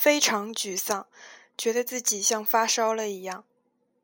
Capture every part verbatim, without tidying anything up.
非常沮丧，觉得自己像发烧了一样。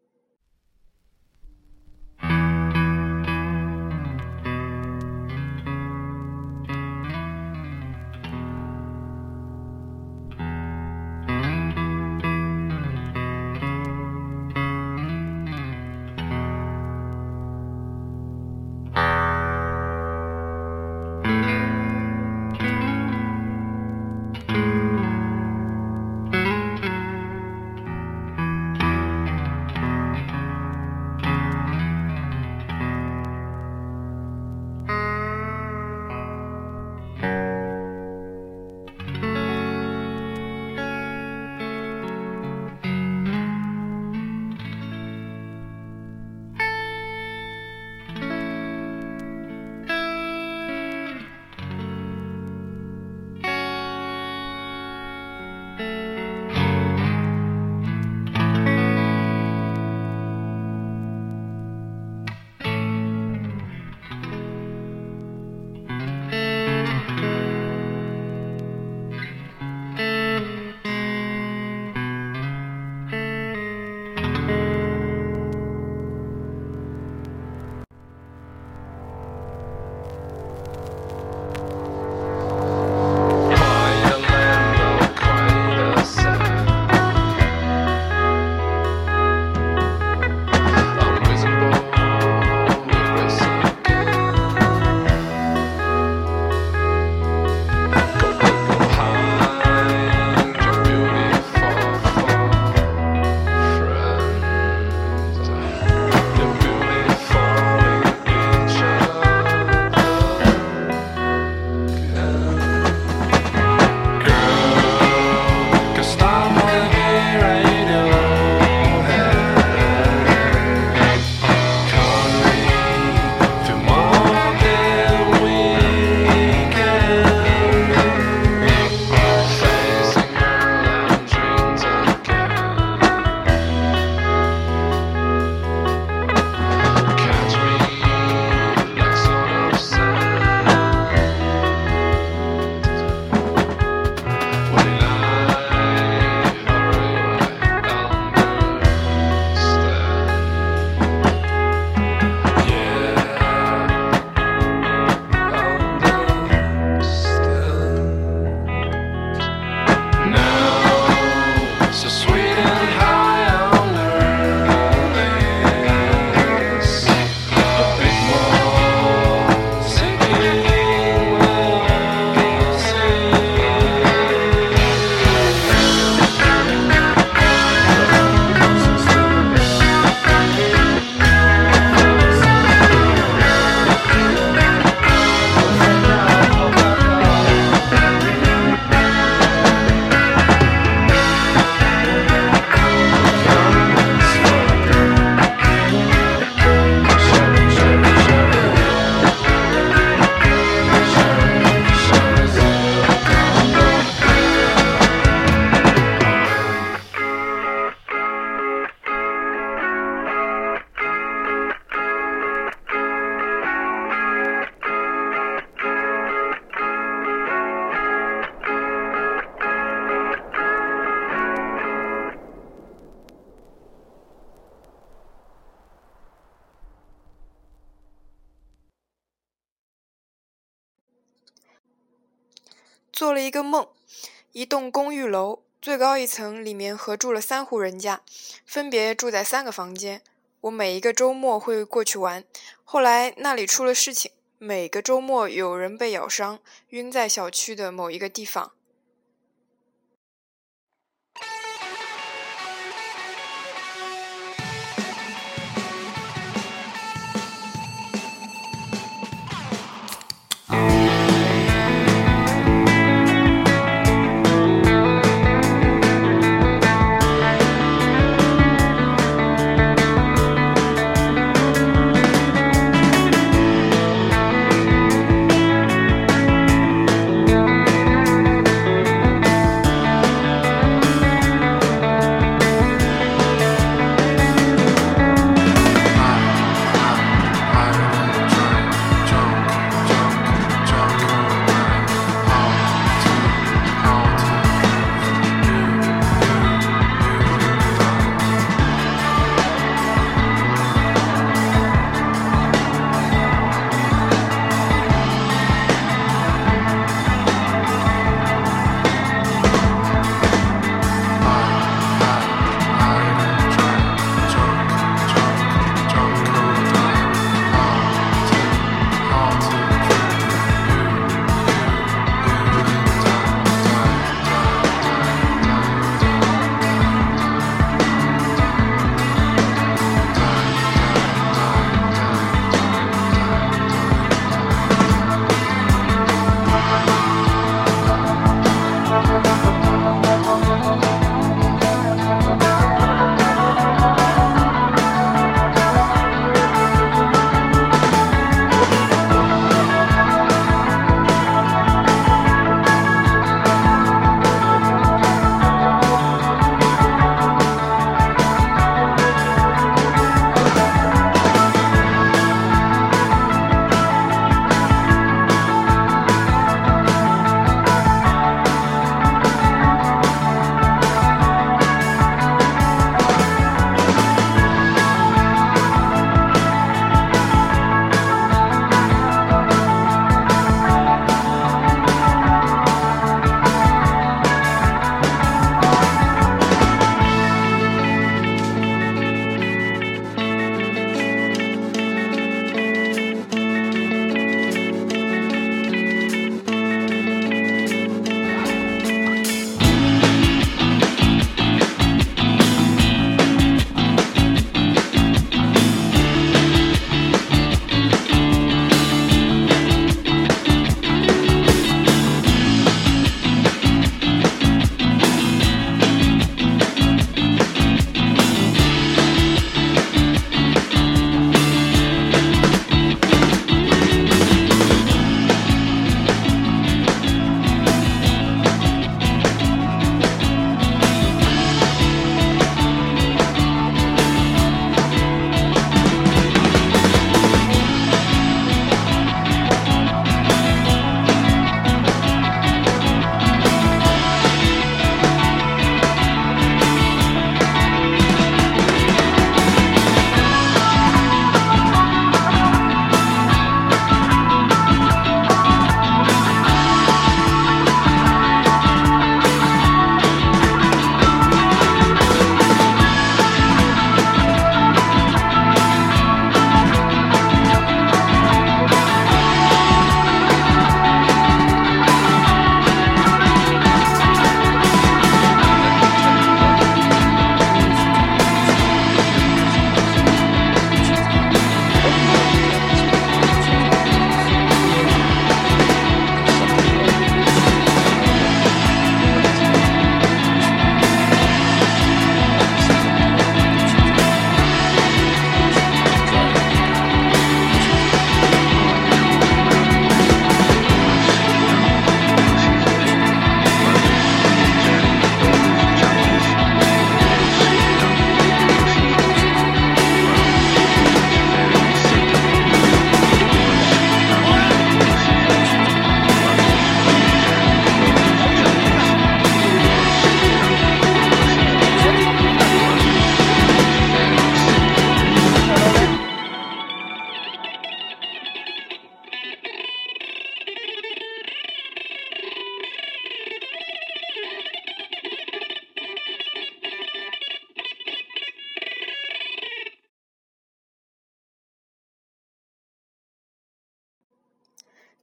做了一个梦，一栋公寓楼，最高一层里面合住了三户人家，分别住在三个房间。我每一个周末会过去玩，后来那里出了事情，每个周末有人被咬伤，晕在小区的某一个地方。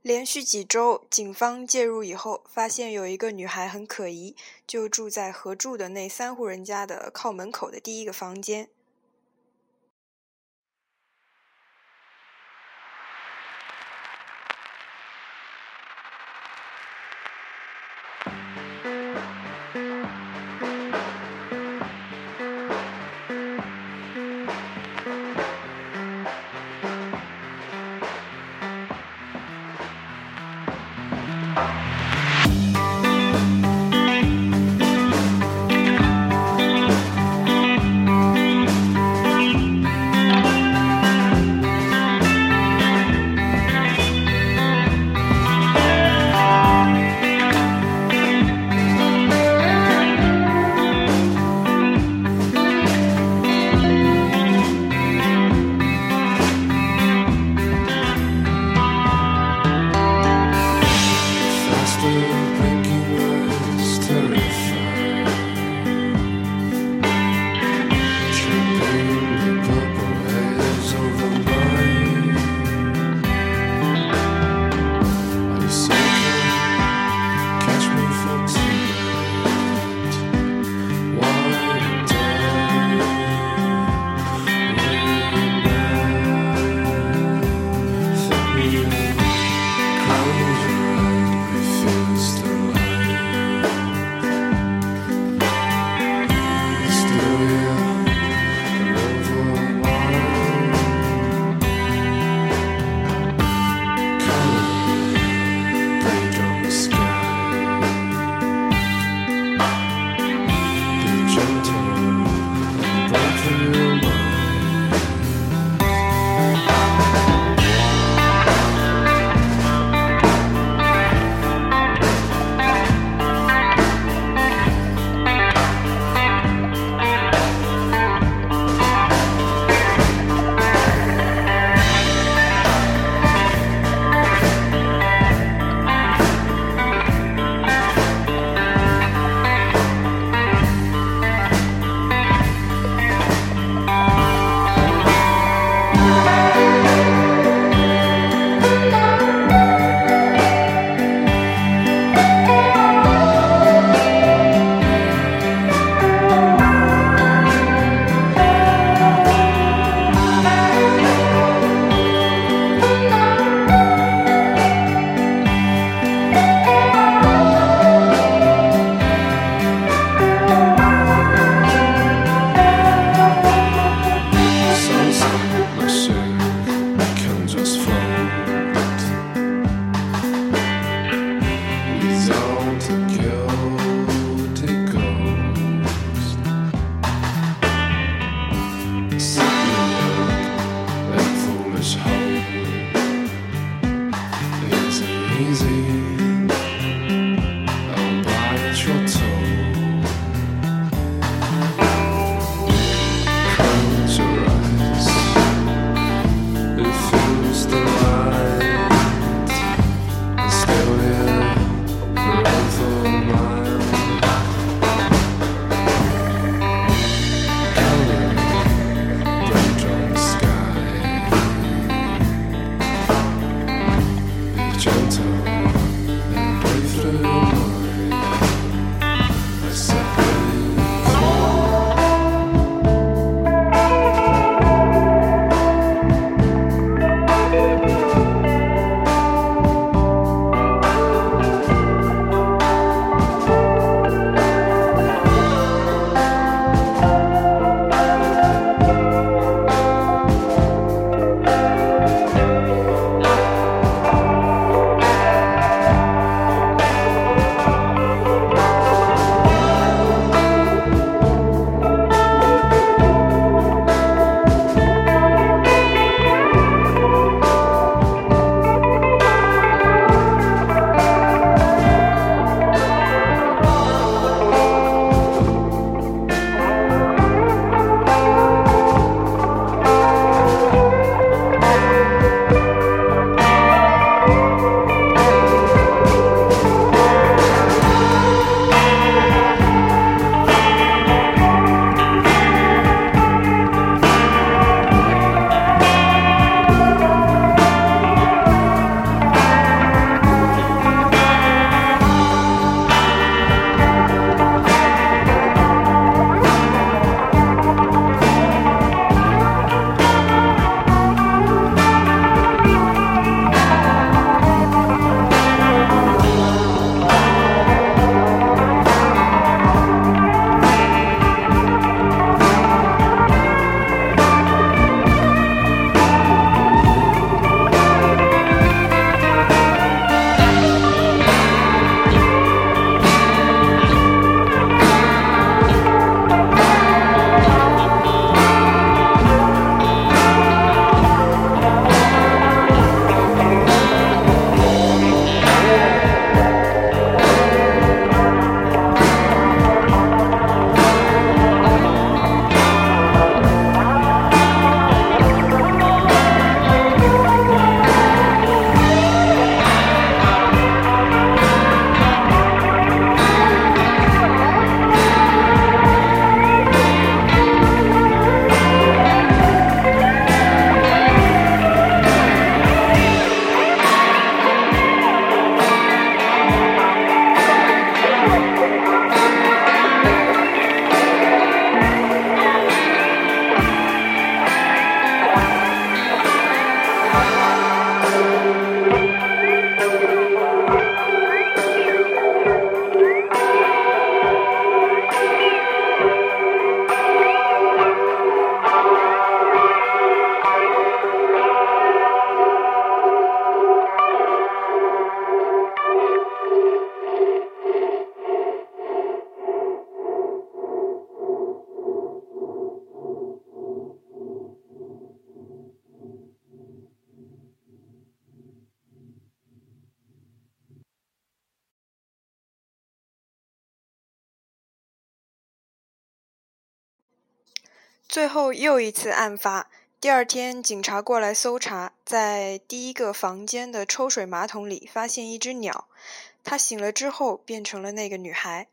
连续几周，警方介入以后，发现有一个女孩很可疑，就住在合住的那三户人家的靠门口的第一个房间。 最后又一次案发，第二天警察过来搜查，在第一个房间的抽水马桶里发现一只鸟，它醒了之后变成了那个女孩。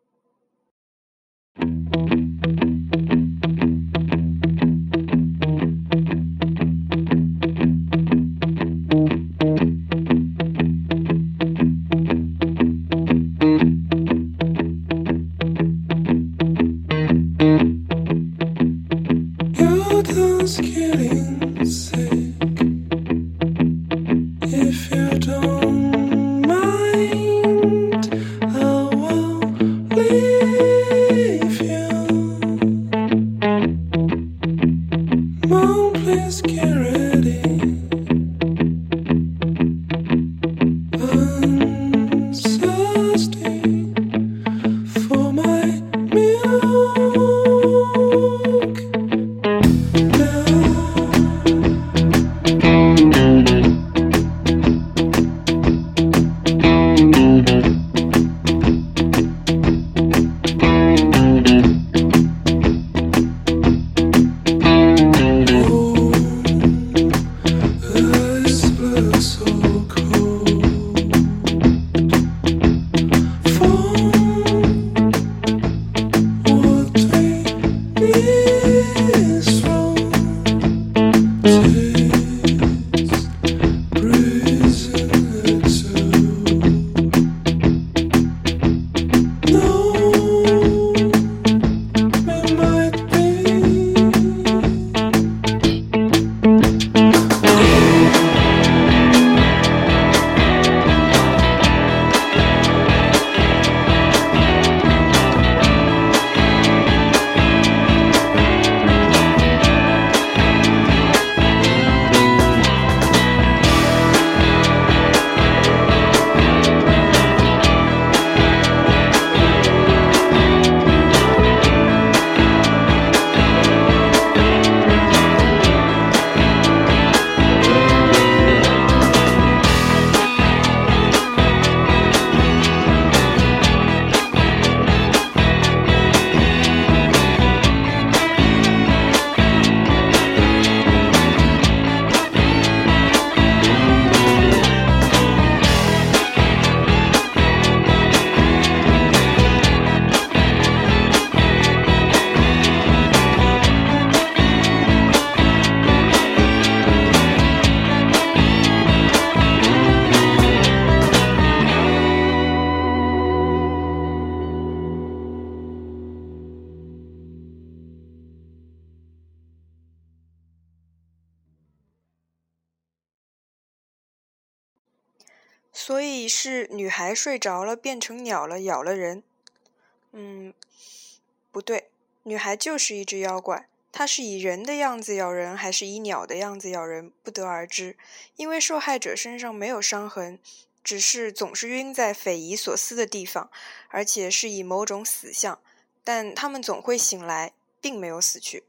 所以是女孩睡着了，变成鸟了，咬了人。嗯，不对，女孩就是一只妖怪，她是以人的样子咬人，还是以鸟的样子咬人，不得而知。因为受害者身上没有伤痕，只是总是晕在匪夷所思的地方，而且是以某种死相，但他们总会醒来，并没有死去。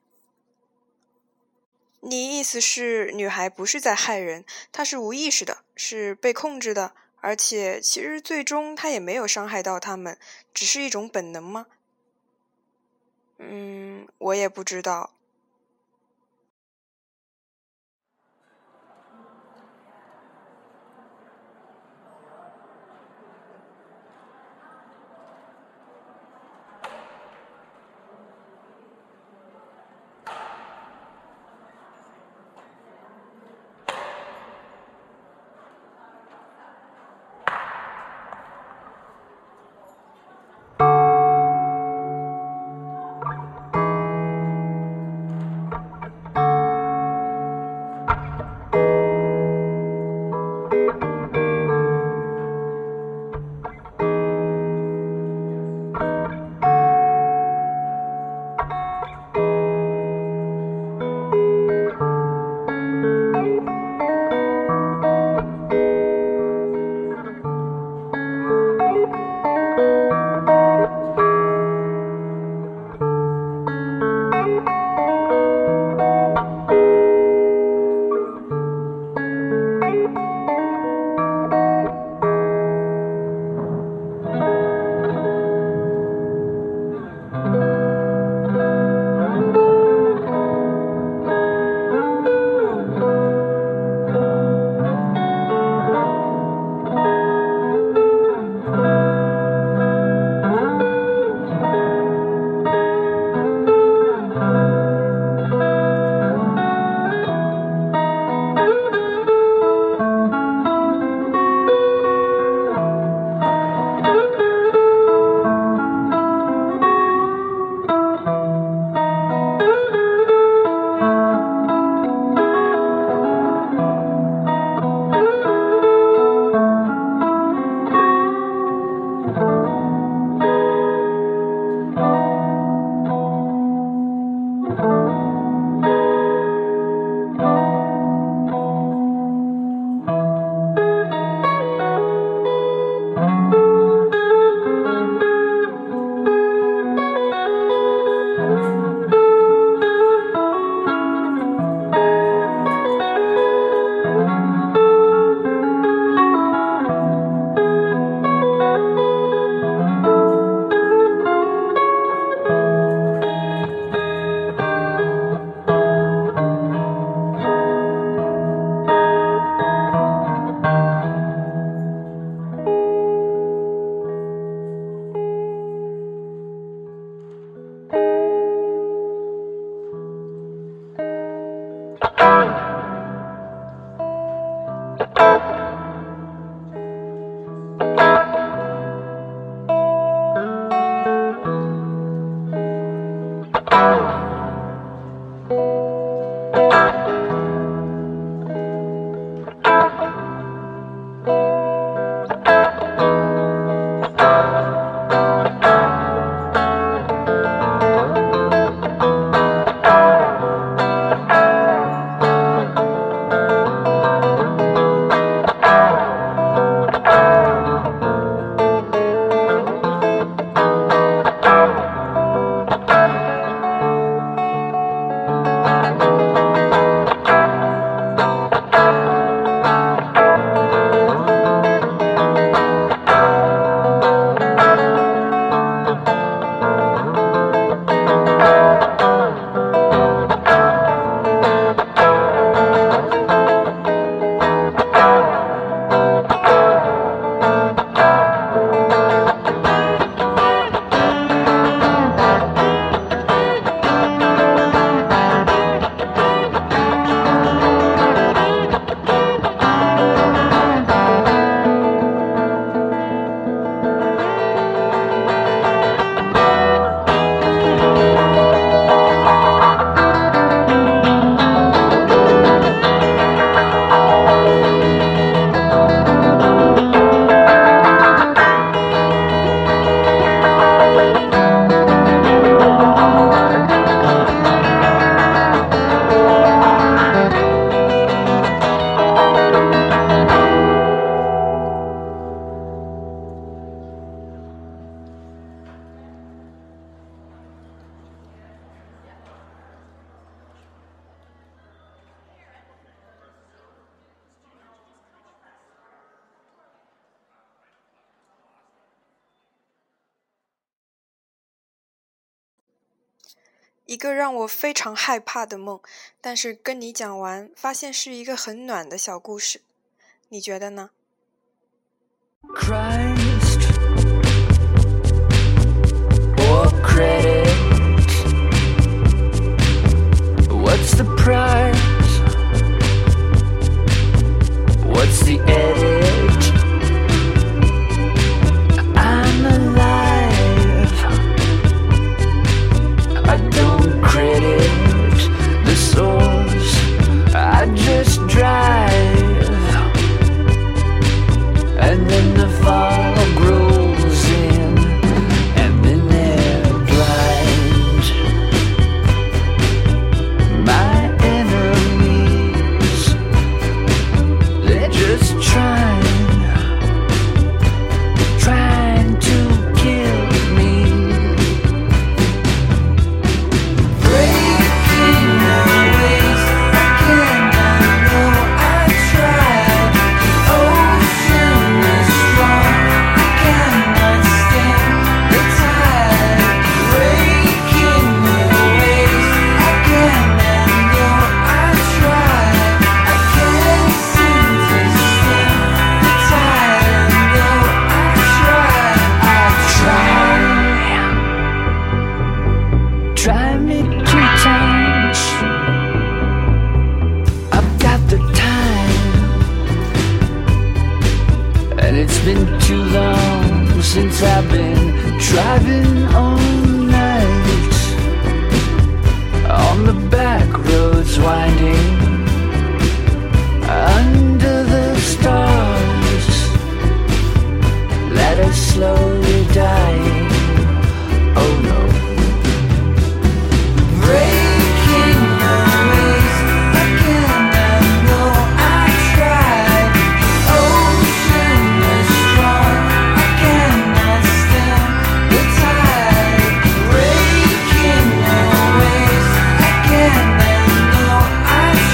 你意思是女孩不是在害人，她是无意识的，是被控制的，而且其实最终她也没有伤害到他们，只是一种本能吗？嗯，我也不知道。 一个让我非常害怕的梦，但是跟你讲完，发现是一个很暖的小故事。你觉得呢？ Christ or credit? What's the price? What's the edit? I'm alive. I don't credit the source. I just drive, and then the fog rolls in, and then they're blind. My enemies, they're just trying, trying to kill me. Breaking my ways again, I know I tried. The ocean is strong, I cannot stand the tide. Breaking my ways again, I know I tried. I can't seem to stand the tide. I know I tried, I tried. Try me two times, I've got the time, and it's been too long since I've been driving all night on the back roads winding under the stars that are slowly dying. Oh no. Breaking my ways again, I know I tried. The ocean is strong, I cannot stand the tide. Breaking my ways again, I know I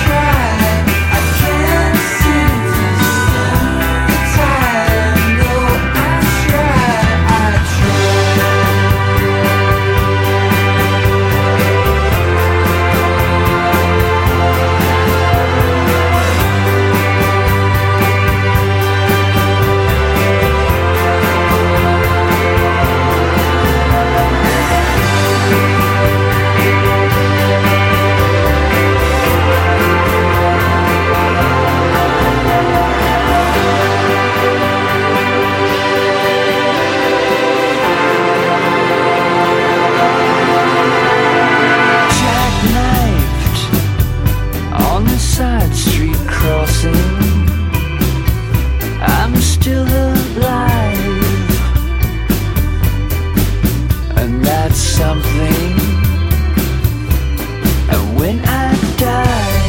something. And when I die,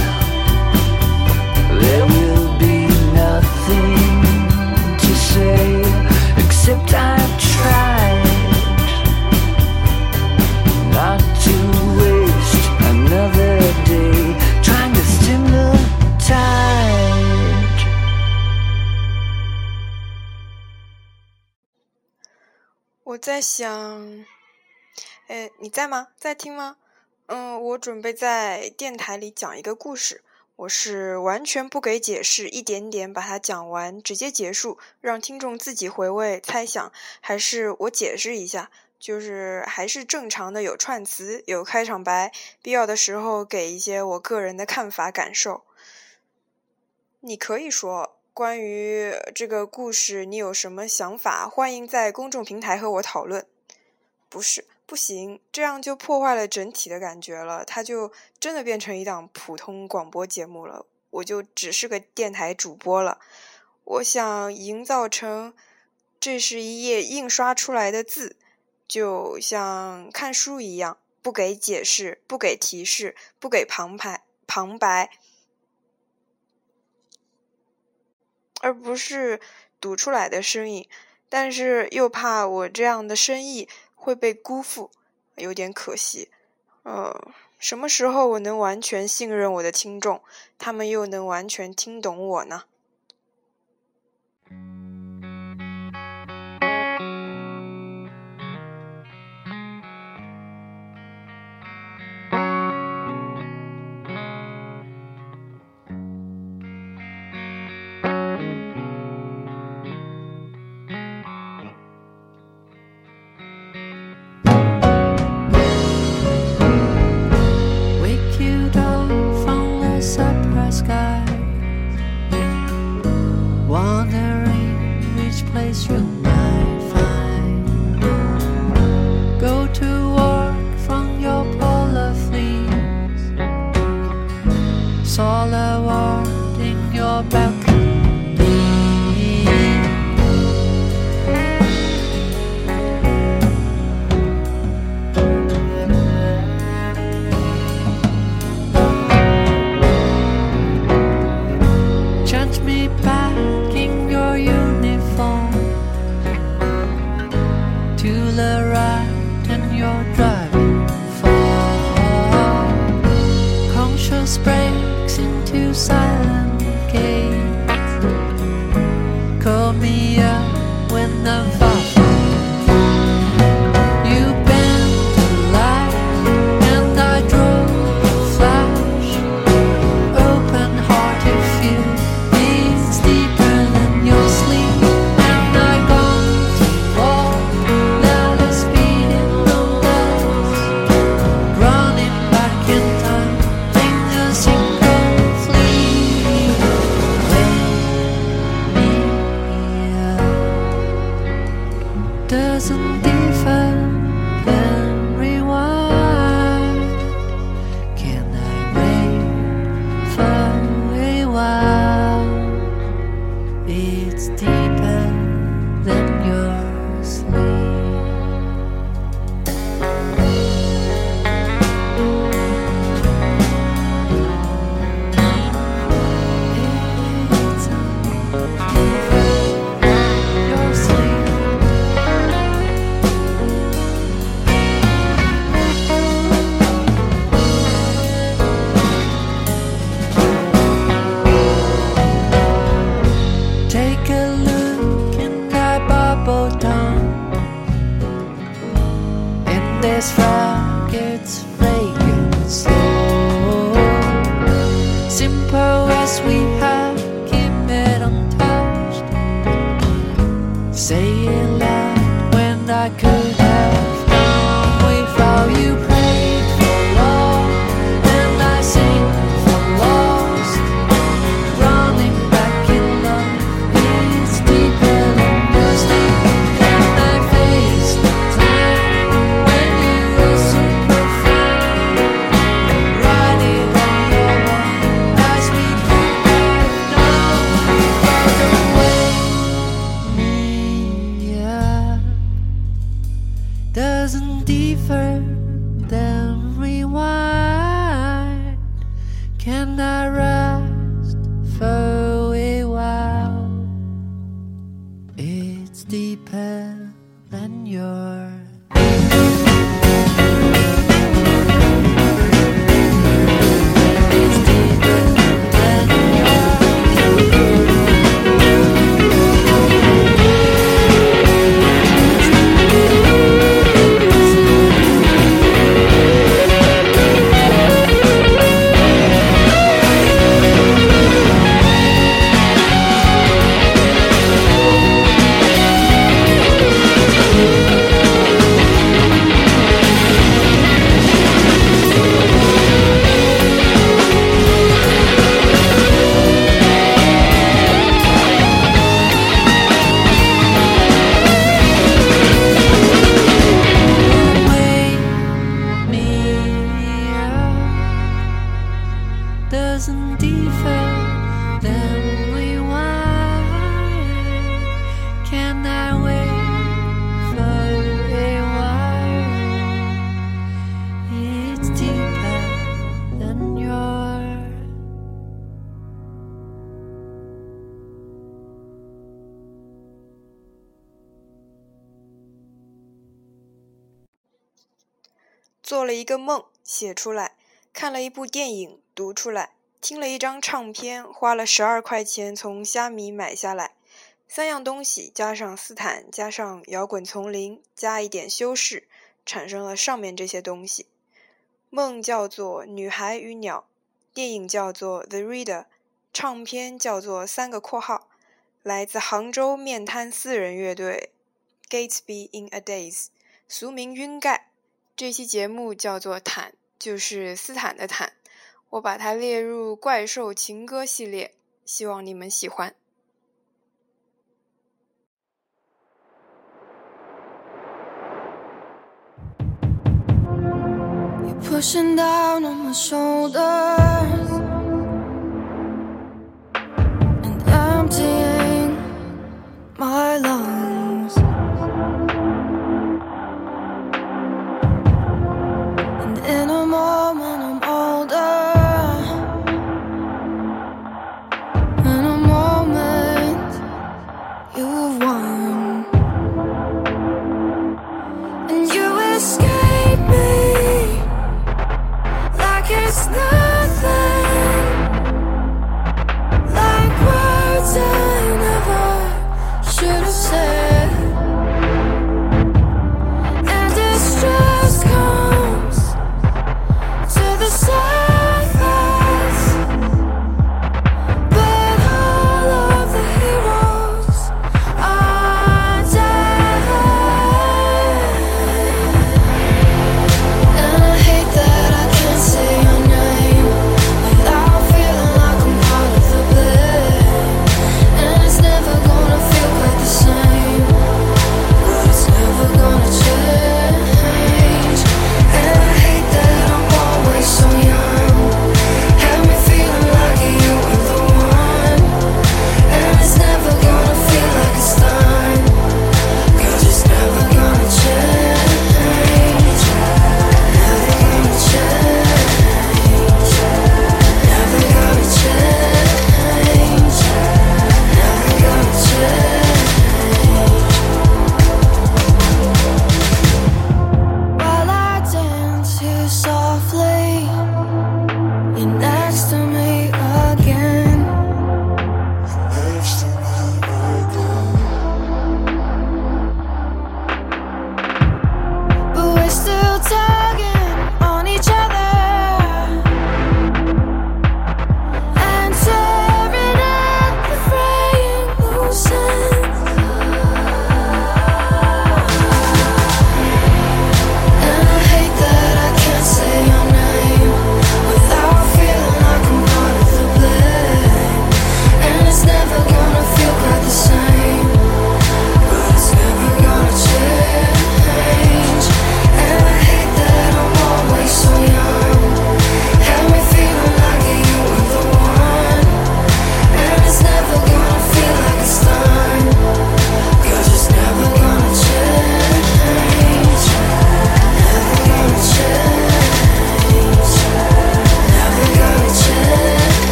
there will be nothing to say except I tried not to waste another day trying to stem the tide. 我在想，哎，你在吗？在听吗？嗯，我准备在电台里讲一个故事，我是完全不给解释，一点点把它讲完，直接结束，让听众自己回味猜想，还是我解释一下，就是还是正常的有串词，有开场白，必要的时候给一些我个人的看法感受。你可以说关于这个故事你有什么想法，欢迎在公众平台和我讨论。不是，不行，这样就破坏了整体的感觉了，它就真的变成一档普通广播节目了，我就只是个电台主播了。我想营造成这是一页印刷出来的字，就像看书一样，不给解释，不给提示，不给旁白旁白，而不是读出来的声音，但是又怕我这样的深意会被辜负，有点可惜。呃，什么时候我能完全信任我的听众，他们又能完全听懂我呢？ this frog, it's fragrant slow. Simple as we have, keep it untouched. Say it loud when I could have gone without you. Prayed for love and I sing for lost. Running back in love, it's deeper than your sleep. And I face the time when you were so profound. doesn't differ, then rewind. Can I rest for a while? It's deeper than yours. Doesn't differ, then rewind. Can I wait for a while? It's deeper than yours. 做了一个梦，写出来；看了一部电影，读出来；听了一张唱片，花了十二块钱从虾米买下来。三样东西加上斯坦，加上摇滚丛林，加一点修饰，产生了上面这些东西。梦叫做《女孩与鸟》，电影叫做《The Reader》，唱片叫做三个括号，来自杭州面瘫四人乐队 Gatsby in a Daze， 俗名晕盖。这期节目叫做坦，就是斯坦的坦，我把它列入怪兽情歌系列，希望你们喜欢。 You're pushing down on my shoulders and emptying my lungs, and in a moment I'm older, in a moment you've won, and you escape me like it's nothing.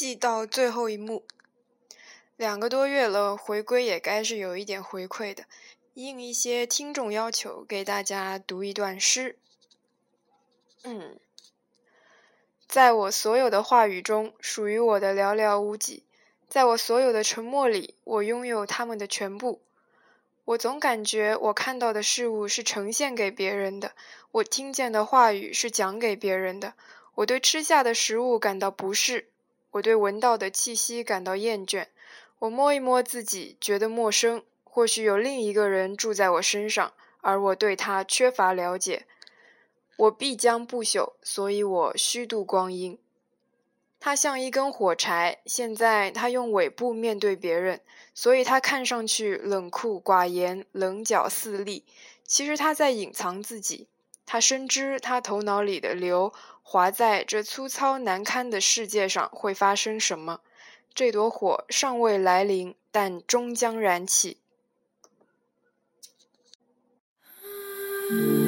记到最后一幕。两个多月了，回归也该是有一点回馈的，应一些听众要求，给大家读一段诗。嗯，在我所有的话语中，属于我的寥寥无几；在我所有的沉默里，我拥有它们的全部。我总感觉我看到的事物是呈现给别人的，我听见的话语是讲给别人的。我对吃下的食物感到不适，我对闻到的气息感到厌倦。我摸一摸自己，觉得陌生，或许有另一个人住在我身上，而我对他缺乏了解。我必将不朽，所以我虚度光阴。他像一根火柴，现在他用尾部面对别人，所以他看上去冷酷寡言，棱角四立。其实他在隐藏自己，他深知他头脑里的流划在这粗糙难堪的世界上会发生什么。这朵火尚未来临，但终将燃起。